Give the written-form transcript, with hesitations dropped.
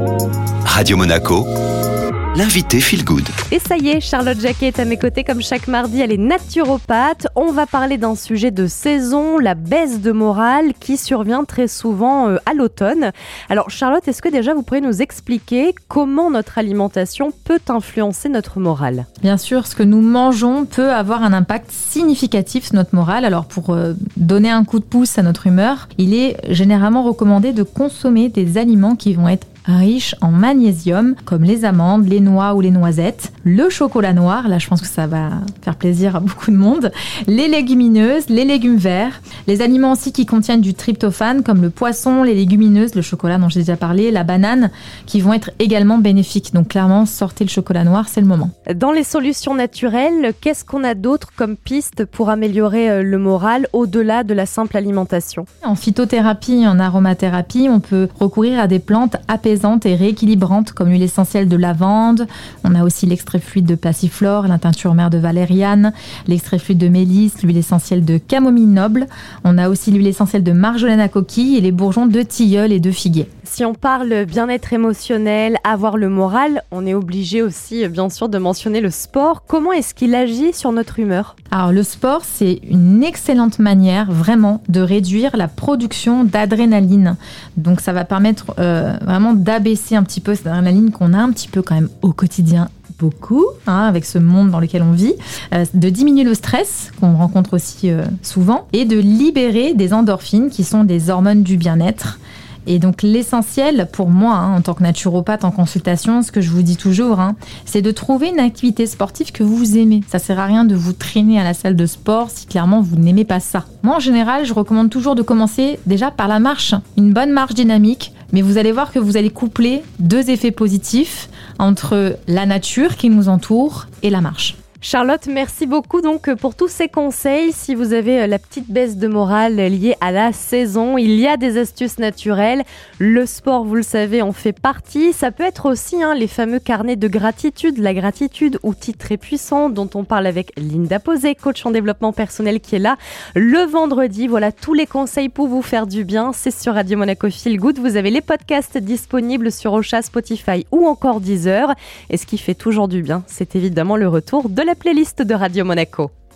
Radio Monaco, l'invité Feel Good. Et ça y est, Charlotte Jacquet est à mes côtés comme chaque mardi, elle est naturopathe. On va parler d'un sujet de saison, la baisse de morale qui survient très souvent à l'automne. Alors Charlotte, est-ce que déjà vous pourriez nous expliquer comment notre alimentation peut influencer notre morale ? Bien sûr, ce que nous mangeons peut avoir un impact significatif sur notre morale. Alors pour donner un coup de pouce à notre humeur, il est généralement recommandé de consommer des aliments qui vont être riches en magnésium, comme les amandes, les noix ou les noisettes, le chocolat noir, là je pense que ça va faire plaisir à beaucoup de monde, les légumineuses, les légumes verts, les aliments aussi qui contiennent du tryptophane, comme le poisson, les légumineuses, le chocolat dont j'ai déjà parlé, la banane, qui vont être également bénéfiques. Donc clairement, sortez le chocolat noir, c'est le moment. Dans les solutions naturelles, qu'est-ce qu'on a d'autre comme piste pour améliorer le moral au-delà de la simple alimentation ? En phytothérapie et en aromathérapie, on peut recourir à des plantes apaisantes et rééquilibrantes comme l'huile essentielle de lavande. On a aussi l'extrait fluide de passiflore, la teinture mère de valériane, l'extrait fluide de mélisse, l'huile essentielle de camomille noble. On a aussi l'huile essentielle de marjolaine à coquille et les bourgeons de tilleul et de figuier. Si on parle bien-être émotionnel, avoir le moral, on est obligé aussi bien sûr de mentionner le sport. Comment est-ce qu'il agit sur notre humeur ? Alors le sport, c'est une excellente manière vraiment de réduire la production d'adrénaline. Donc ça va permettre vraiment d'abaisser un petit peu cette adrénaline qu'on a un petit peu quand même au quotidien. Beaucoup, avec ce monde dans lequel on vit, de diminuer le stress qu'on rencontre aussi souvent et de libérer des endorphines qui sont des hormones du bien-être. Et donc l'essentiel pour moi, en tant que naturopathe en consultation, ce que je vous dis toujours, c'est de trouver une activité sportive que vous aimez. Ça sert à rien de vous traîner à la salle de sport si clairement vous n'aimez pas ça. Moi en général, je recommande toujours de commencer déjà par la marche, une bonne marche dynamique. Mais vous allez voir que vous allez coupler deux effets positifs entre la nature qui nous entoure et la marche. Charlotte, merci beaucoup donc pour tous ces conseils. Si vous avez la petite baisse de morale liée à la saison, il y a des astuces naturelles. Le sport, vous le savez, en fait partie. Ça peut être aussi les fameux carnets de gratitude. La gratitude, outil très puissant dont on parle avec Linda Posé, coach en développement personnel qui est là le vendredi. Voilà tous les conseils pour vous faire du bien. C'est sur Radio Monaco Feel Good. Vous avez les podcasts disponibles sur Ocha, Spotify ou encore Deezer. Et ce qui fait toujours du bien, c'est évidemment le retour de la playlist de Radio Monaco.